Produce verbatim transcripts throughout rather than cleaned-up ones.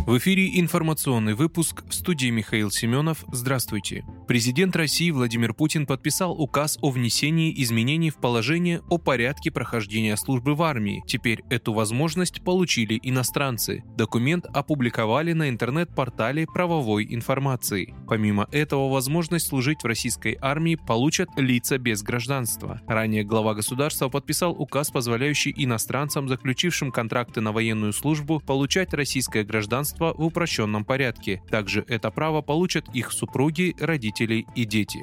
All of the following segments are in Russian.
В эфире информационный выпуск, в студии Михаил Семенов. Здравствуйте. Президент России Владимир Путин подписал указ о внесении изменений в положение о порядке прохождения службы в армии. Теперь эту возможность получили иностранцы. Документ опубликовали на интернет-портале правовой информации. Помимо этого, возможность служить в российской армии получат лица без гражданства. Ранее глава государства подписал указ, позволяющий иностранцам, заключившим контракты на военную службу, получать российское гражданство в упрощенном порядке. Также это право получат их супруги, родители и дети.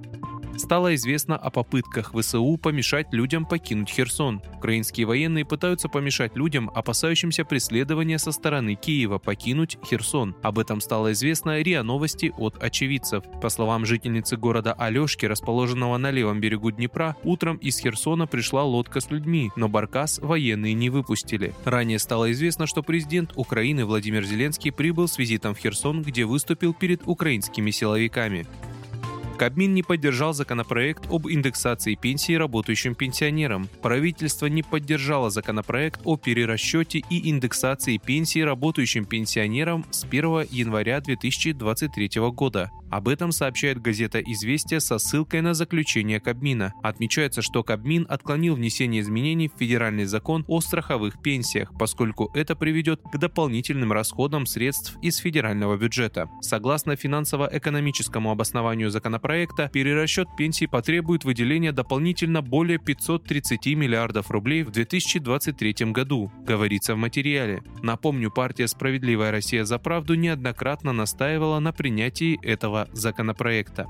Стало известно о попытках ВСУ помешать людям покинуть Херсон. Украинские военные пытаются помешать людям, опасающимся преследования со стороны Киева, покинуть Херсон. Об этом стало известно РИА Новости от очевидцев. По словам жительницы города Алешки, расположенного на левом берегу Днепра, утром из Херсона пришла лодка с людьми, но баркас военные не выпустили. Ранее стало известно, что президент Украины Владимир Зеленский прибыл с визитом в Херсон, где выступил перед украинскими силовиками. Кабмин не поддержал законопроект об индексации пенсий работающим пенсионерам. Правительство не поддержало законопроект о перерасчете и индексации пенсий работающим пенсионерам с первого января две тысячи двадцать третьего года. Об этом сообщает газета «Известия» со ссылкой на заключение Кабмина. Отмечается, что Кабмин отклонил внесение изменений в федеральный закон о страховых пенсиях, поскольку это приведет к дополнительным расходам средств из федерального бюджета. Согласно финансово-экономическому обоснованию законопроекта, перерасчет пенсий потребует выделения дополнительно более пятьсот тридцать миллиардов рублей в две тысячи двадцать третьем году, говорится в материале. Напомню, партия «Справедливая Россия за правду» неоднократно настаивала на принятии этого законопроекта.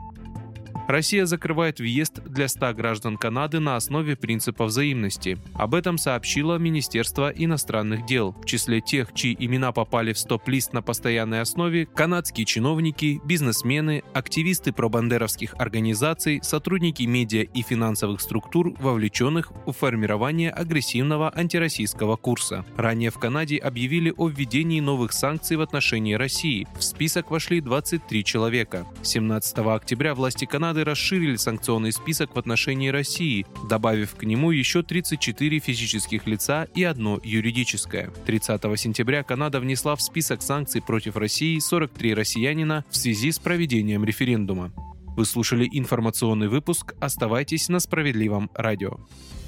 Россия закрывает въезд для ста граждан Канады на основе принципа взаимности. Об этом сообщило Министерство иностранных дел. В числе тех, чьи имена попали в стоп-лист на постоянной основе, канадские чиновники, бизнесмены, активисты пробандеровских организаций, сотрудники медиа и финансовых структур, вовлеченных в формирование агрессивного антироссийского курса. Ранее в Канаде объявили о введении новых санкций в отношении России. В список вошли двадцать три человека. семнадцатого октября власти Канады расширили санкционный список в отношении России, добавив к нему еще тридцать четыре физических лица и одно юридическое. тридцатого сентября Канада внесла в список санкций против России сорок три россиянина в связи с проведением референдума. Вы слушали информационный выпуск. Оставайтесь на Справедливом радио.